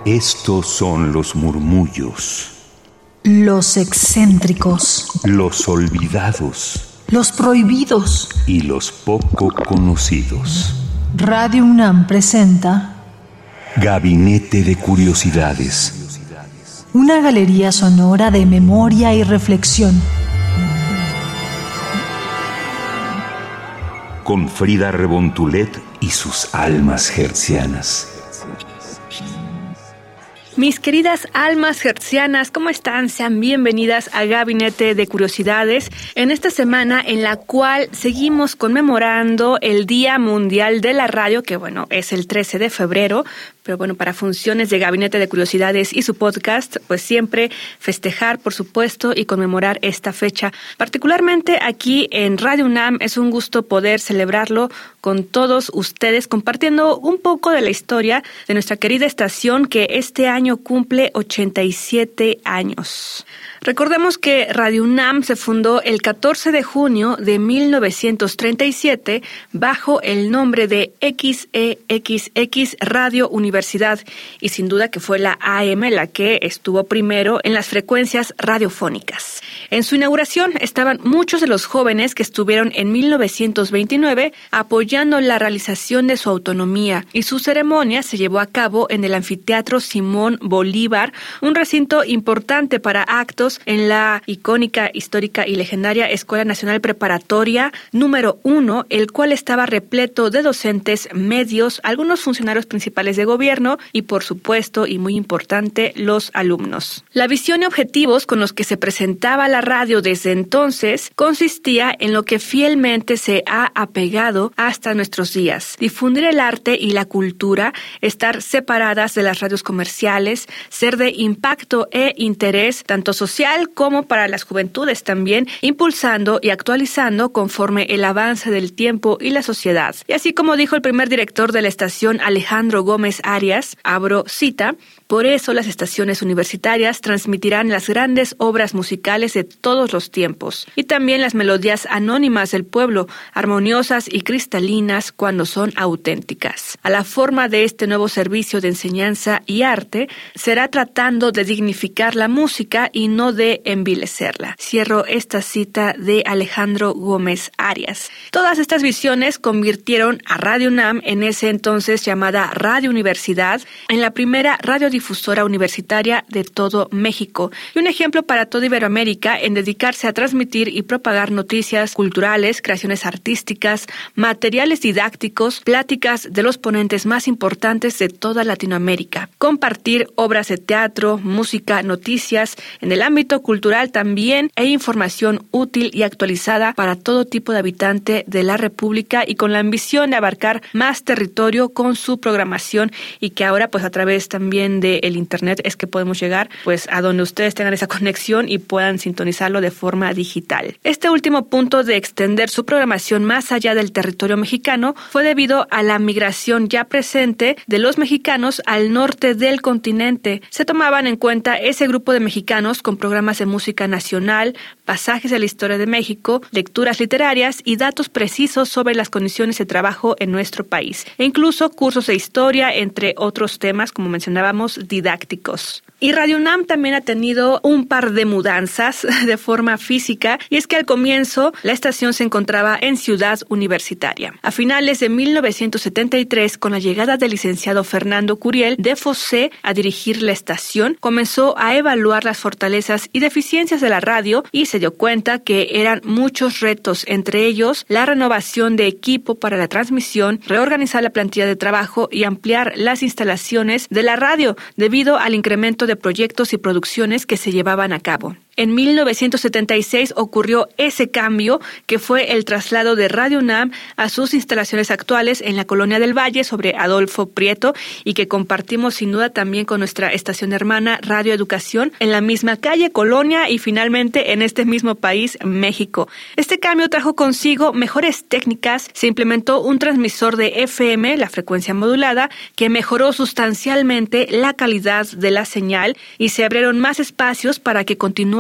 Estos son los murmullos, los excéntricos, los olvidados, los prohibidos y los poco conocidos. Radio UNAM presenta Gabinete de Curiosidades, una galería sonora de memoria y reflexión. Con Frida Rebontulet y sus almas hertzianas. Mis queridas almas hertzianas, ¿cómo están? Sean bienvenidas a Gabinete de Curiosidades en esta semana en la cual seguimos conmemorando el Día Mundial de la Radio, que bueno, es el 13 de febrero, pero bueno, para funciones de Gabinete de Curiosidades y su podcast, pues siempre festejar, por supuesto, y conmemorar esta fecha. Particularmente aquí en Radio UNAM es un gusto poder celebrarlo con todos ustedes, compartiendo un poco de la historia de nuestra querida estación que este año cumple 87 años. Recordemos que Radio UNAM se fundó el 14 de junio de 1937 bajo el nombre de XEXX Radio Universidad y sin duda que fue la AM la que estuvo primero en las frecuencias radiofónicas. En su inauguración estaban muchos de los jóvenes que estuvieron en 1929 apoyando la realización de su autonomía y su ceremonia se llevó a cabo en el Anfiteatro Simón Bolívar, un recinto importante para actos en la icónica, histórica y legendaria Escuela Nacional Preparatoria número 1, el cual estaba repleto de docentes, medios, algunos funcionarios principales de gobierno y, por supuesto, y muy importante, los alumnos. La visión y objetivos con los que se presentaba la radio desde entonces consistía en lo que fielmente se ha apegado hasta nuestros días: difundir el arte y la cultura, estar separadas de las radios comerciales, ser de impacto e interés tanto social como para las juventudes también, impulsando y actualizando conforme el avance del tiempo y la sociedad. Y así como dijo el primer director de la estación, Alejandro Gómez Arias, abro cita: por eso las estaciones universitarias transmitirán las grandes obras musicales de todos los tiempos y también las melodías anónimas del pueblo, armoniosas y cristalinas cuando son auténticas. A la forma de este nuevo servicio de enseñanza y arte será tratando de dignificar la música y no de envilecerla. Cierro esta cita de Alejandro Gómez Arias. Todas estas visiones convirtieron a Radio UNAM, en ese entonces llamada Radio Universidad, en la primera radiodifusora universitaria de todo México y un ejemplo para toda Iberoamérica en dedicarse a transmitir y propagar noticias culturales, creaciones artísticas, materiales didácticos, pláticas de los ponentes más importantes de toda Latinoamérica, compartir obras de teatro, música, noticias en el ámbito cultural también e información útil y actualizada para todo tipo de habitante de la República y con la ambición de abarcar más territorio con su programación y que ahora pues a través también del internet es que podemos llegar pues a donde ustedes tengan esa conexión y puedan sintonizarlo de forma digital. Este último punto de extender su programación más allá del territorio mexicano fue debido a la migración ya presente de los mexicanos al norte del continente. Se tomaban en cuenta ese grupo de mexicanos con programas de música nacional, pasajes de la historia de México, lecturas literarias y datos precisos sobre las condiciones de trabajo en nuestro país, e incluso cursos de historia, entre otros temas, como mencionábamos, didácticos. Y Radio UNAM también ha tenido un par de mudanzas de forma física, y es que al comienzo la estación se encontraba en Ciudad Universitaria. A finales de 1973, con la llegada del licenciado Fernando Curiel de Fossé a dirigir la estación, comenzó a evaluar las fortalezas y deficiencias de la radio y se dio cuenta que eran muchos retos, entre ellos la renovación de equipo para la transmisión, reorganizar la plantilla de trabajo y ampliar las instalaciones de la radio debido al incremento de proyectos y producciones que se llevaban a cabo. En 1976 ocurrió ese cambio, que fue el traslado de Radio UNAM a sus instalaciones actuales en la Colonia del Valle sobre Adolfo Prieto y que compartimos sin duda también con nuestra estación hermana Radio Educación en la misma calle, colonia y finalmente en este mismo país, México. Este cambio trajo consigo mejores técnicas, se implementó un transmisor de FM, la frecuencia modulada, que mejoró sustancialmente la calidad de la señal y se abrieron más espacios para que continuara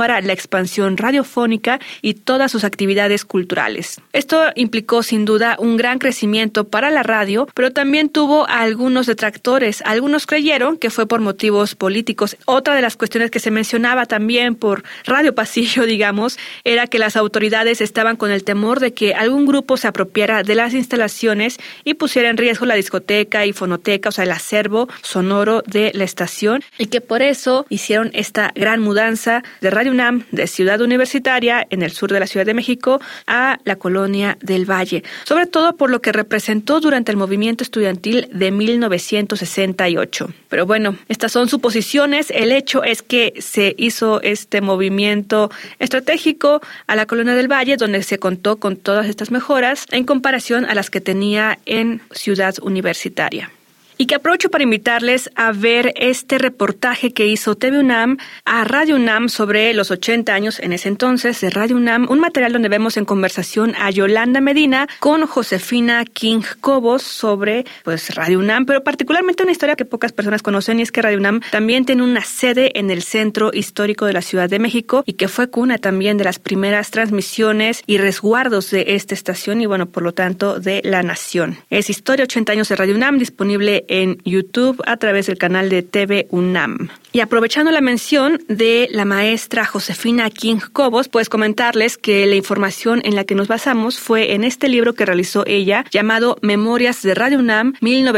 para la expansión radiofónica y todas sus actividades culturales. Esto implicó sin duda un gran crecimiento para la radio, pero también tuvo a algunos detractores. Algunos creyeron que fue por motivos políticos. Otra de las cuestiones que se mencionaba también por Radio Pasillo, digamos, era que las autoridades estaban con el temor de que algún grupo se apropiara de las instalaciones y pusiera en riesgo la discoteca y fonoteca, o sea, el acervo sonoro de la estación, y que por eso hicieron esta gran mudanza de Radio UNAM de Ciudad Universitaria, en el sur de la Ciudad de México, a la Colonia del Valle, sobre todo por lo que representó durante el movimiento estudiantil de 1968. Pero bueno, estas son suposiciones. El hecho es que se hizo este movimiento estratégico a la Colonia del Valle, donde se contó con todas estas mejoras en comparación a las que tenía en Ciudad Universitaria. Y que aprovecho para invitarles a ver este reportaje que hizo TV UNAM a Radio UNAM sobre los 80 años en ese entonces de Radio UNAM, un material donde vemos en conversación a Yolanda Medina con Josefina King Cobos sobre Radio UNAM, pero particularmente una historia que pocas personas conocen, y es que Radio UNAM también tiene una sede en el centro histórico de la Ciudad de México y que fue cuna también de las primeras transmisiones y resguardos de esta estación y por lo tanto de la nación. Es Historia 80 años de Radio UNAM, disponible en YouTube a través del canal de TV UNAM. Y aprovechando la mención de la maestra Josefina King Cobos, pues comentarles que la información en la que nos basamos fue en este libro que realizó ella, llamado Memorias de Radio UNAM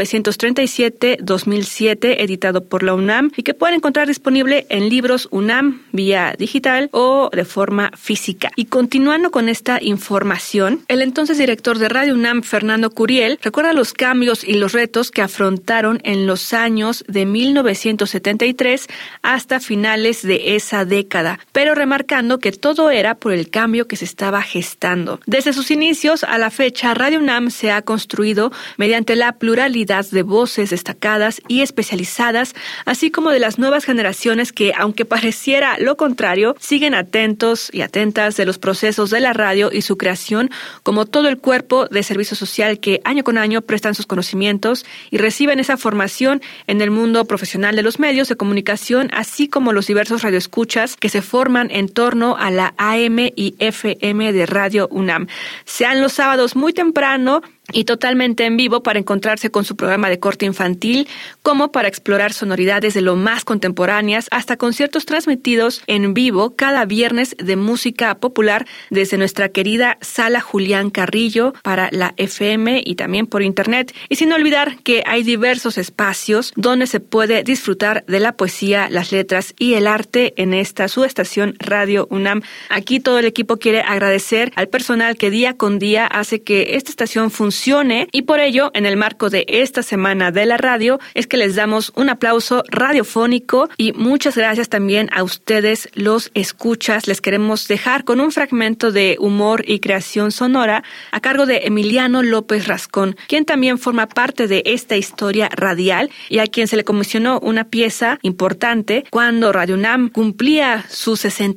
1937-2007, editado por la UNAM, y que pueden encontrar disponible en Libros UNAM vía digital o de forma física. Y continuando con esta información, el entonces director de Radio UNAM, Fernando Curiel, recuerda los cambios y los retos que afrontaron en los años de 1973 hasta finales de esa década, pero remarcando que todo era por el cambio que se estaba gestando. Desde sus inicios a la fecha, Radio UNAM se ha construido mediante la pluralidad de voces destacadas y especializadas, así como de las nuevas generaciones que, aunque pareciera lo contrario, siguen atentos y atentas de los procesos de la radio y su creación, como todo el cuerpo de servicio social que año con año prestan sus conocimientos y reciben esa formación en el mundo profesional de los medios de comunicación, así como los diversos radioescuchas que se forman en torno a la AM y FM de Radio UNAM. Sean los sábados muy temprano y totalmente en vivo para encontrarse con su programa de corte infantil, como para explorar sonoridades de lo más contemporáneas, hasta conciertos transmitidos en vivo cada viernes de música popular desde nuestra querida Sala Julián Carrillo para la FM y también por internet. Y sin olvidar que hay diversos espacios donde se puede disfrutar de la poesía, las letras y el arte en esta su estación Radio UNAM. Aquí todo el equipo quiere agradecer al personal que día con día hace que esta estación funcione, y por ello, en el marco de esta semana de la radio, es que les damos un aplauso radiofónico y muchas gracias también a ustedes, los escuchas. Les queremos dejar con un fragmento de humor y creación sonora a cargo de Emiliano López Rascón, quien también forma parte de esta historia radial y a quien se le comisionó una pieza importante cuando Radio UNAM cumplía sus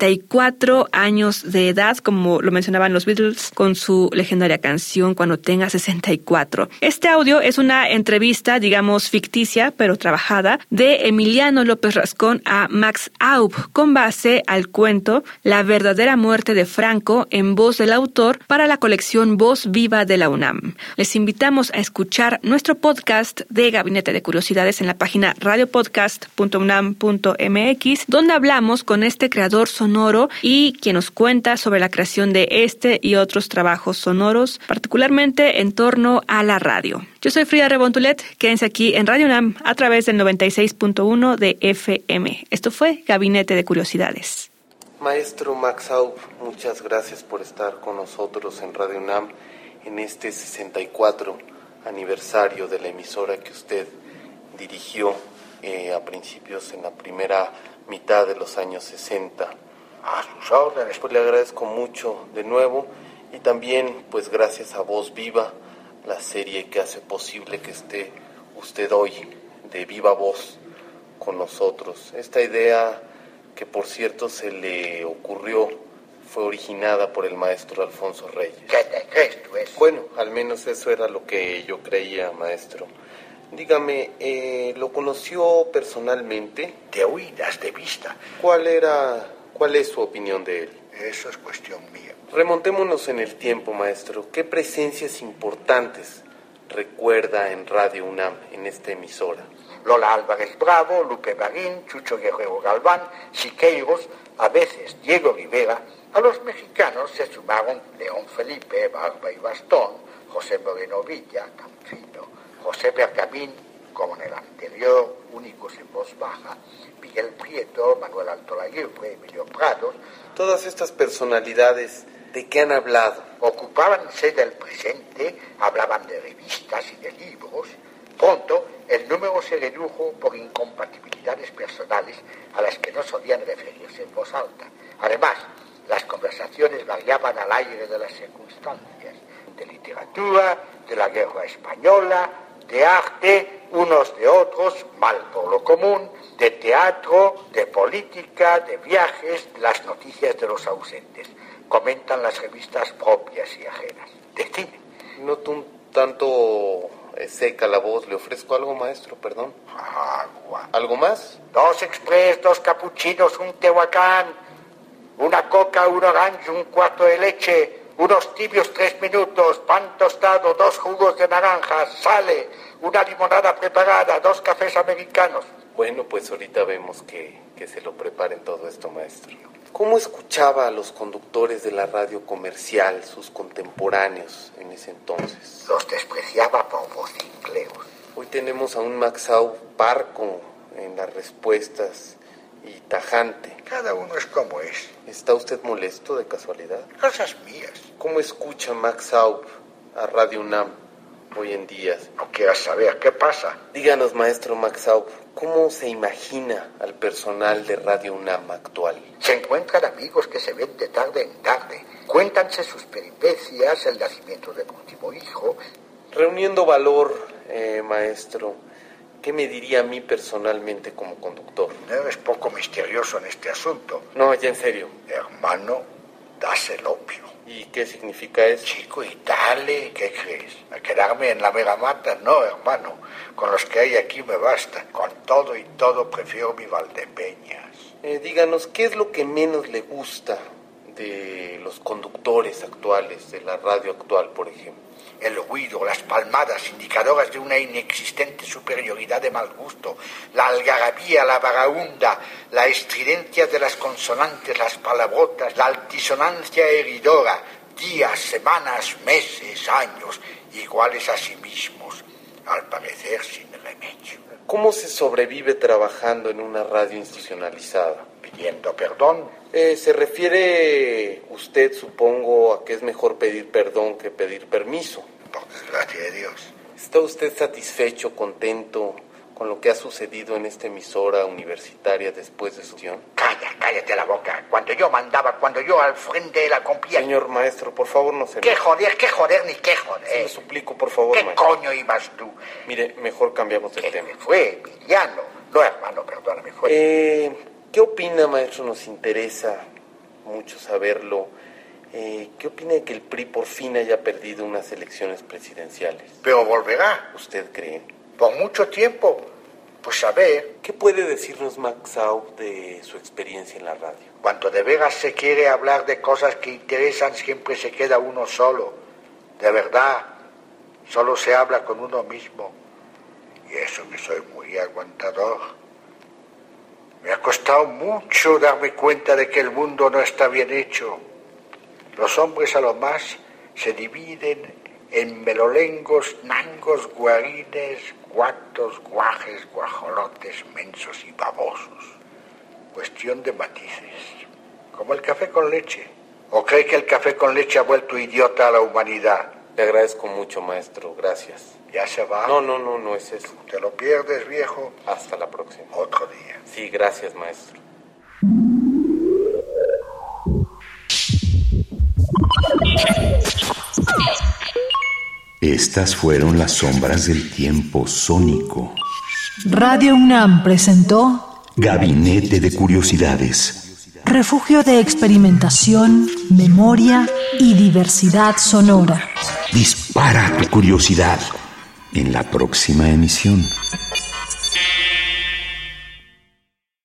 64 años de edad, como lo mencionaban los Beatles con su legendaria canción Cuando tenga 64. Este audio es una entrevista, digamos, ficticia, pero trabajada, de Emiliano López Rascón a Max Aub, con base al cuento La verdadera muerte de Franco, en voz del autor, para la colección Voz Viva de la UNAM. Les invitamos a escuchar nuestro podcast de Gabinete de Curiosidades en la página radiopodcast.unam.mx, donde hablamos con este creador sonoro y quien nos cuenta sobre la creación de este y otros trabajos sonoros, particularmente en torno a la radio. Yo soy Frida Rebontulet, quédense aquí en Radio UNAM a través del 96.1 de FM. Esto fue Gabinete de Curiosidades. Maestro Max Aub, muchas gracias por estar con nosotros en Radio UNAM en este 64 aniversario de la emisora que usted dirigió a principios en la primera mitad de los años 60. A sus órdenes. Pues le agradezco mucho de nuevo y también pues gracias a Voz Viva, la serie que hace posible que esté usted hoy de viva voz con nosotros. Esta idea, que por cierto se le ocurrió, fue originada por el maestro Alfonso Reyes. ¿Qué te crees tú eso? Bueno, al menos eso era lo que yo creía, maestro. Dígame, ¿lo conoció personalmente? De oídas, de vista. ¿Cuál era ¿Cuál es su opinión de él? Eso es cuestión mía. Remontémonos en el tiempo, maestro. ¿Qué presencias importantes recuerda en Radio UNAM, en esta emisora? Lola Álvarez Bravo, Lupe Marín, Chucho Guerrero Galván, Siqueiros, a veces Diego Rivera. A los mexicanos se sumaron León Felipe, Barba y Bastón, José Moreno Villa, Campino, José Bergamín, como en el anterior, únicos en voz baja, Miguel Prieto, Manuel Altolaguirre, Emilio Prados. Todas estas personalidades, ¿de qué han hablado? Ocupábanse del presente, hablaban de revistas y de libros. Pronto, el número se redujo por incompatibilidades personales a las que no solían referirse en voz alta. Además, las conversaciones variaban al aire de las circunstancias, de literatura, de la guerra española, de arte, unos de otros, mal por lo común, de teatro, de política, de viajes, las noticias de los ausentes. Comentan las revistas propias y ajenas. De cine. Noto un tanto seca la voz. ¿Le ofrezco algo, maestro? Perdón. Agua. ¿Algo más? 2 express, 2 capuchinos, un tehuacán, una coca, un orange, un cuarto de leche, unos tibios 3 minutos, pan tostado, 2 jugos de naranja, sale, una limonada preparada, 2 cafés americanos. Bueno, pues ahorita vemos que se lo preparen todo esto, maestro. ¿Cómo escuchaba a los conductores de la radio comercial, sus contemporáneos en ese entonces? Los despreciaba por vocingleos. Hoy tenemos a un Maxau parco en las respuestas y tajante. Cada uno es como es. ¿Está usted molesto de casualidad? Cosas mías. ¿Cómo escucha Maxau a Radio UNAM hoy en día? No quieras saber qué pasa. Díganos, maestro Maxau, ¿cómo se imagina al personal de Radio UNAM actual? Se encuentran amigos que se ven de tarde en tarde. Cuéntanse sus peripecias, el nacimiento del último hijo. Reuniendo valor, maestro, ¿qué me diría a mí personalmente como conductor? Eres poco misterioso en este asunto. No, ya en serio. Hermano, das el opio. ¿Y qué significa eso? Chico, y dale, ¿qué crees? ¿A quedarme en la mega mata? No, hermano. Con los que hay aquí me basta. Con todo y todo prefiero mi Valdepeñas. Díganos, ¿qué es lo que menos le gusta de los conductores actuales, de la radio actual, por ejemplo? El ruido, las palmadas, indicadoras de una inexistente superioridad de mal gusto, la algarabía, la vagabunda, la estridencia de las consonantes, las palabrotas, la altisonancia heridora, días, semanas, meses, años, iguales a sí mismos, al parecer sin remedio. ¿Cómo se sobrevive trabajando en una radio institucionalizada? Pidiendo perdón. Se refiere usted, supongo, a que es mejor pedir perdón que pedir permiso. Por desgracia de Dios. ¿Está usted satisfecho, contento con lo que ha sucedido en esta emisora universitaria después de su acción? Cállate la boca. Cuando yo mandaba, cuando yo al frente de la compañía... Señor maestro, por favor, no se... ¿Qué joder, ni qué joder? Se lo suplico, por favor, ¿Qué maestro? coño ibas tú? Mire, mejor cambiamos de tema. ¿Qué fue, Emiliano? No, hermano, perdóname, fue... ¿Qué opina, maestro? Nos interesa mucho saberlo. ¿Qué opina de que el PRI por fin haya perdido unas elecciones presidenciales? Pero volverá. ¿Usted cree? Por mucho tiempo. Pues a ver. ¿Qué puede decirnos Maxau de su experiencia en la radio? Cuando de veras se quiere hablar de cosas que interesan, siempre se queda uno solo. De verdad, solo se habla con uno mismo. Y eso que soy muy aguantador. Me ha costado mucho darme cuenta de que el mundo no está bien hecho. Los hombres a lo más se dividen en melolengos, nangos, guarines, guatos, guajes, guajolotes, mensos y babosos. Cuestión de matices. Como el café con leche. ¿O cree que el café con leche ha vuelto idiota a la humanidad? Le agradezco mucho, maestro. Gracias. ¿Ya se va? No es eso. ¿Te lo pierdes, viejo? Hasta la próxima. Otro día. Sí, gracias, maestro. Estas fueron las sombras del tiempo sónico. Radio UNAM presentó Gabinete de Curiosidades. Refugio de experimentación, memoria y diversidad sonora. Dispara tu curiosidad en la próxima emisión.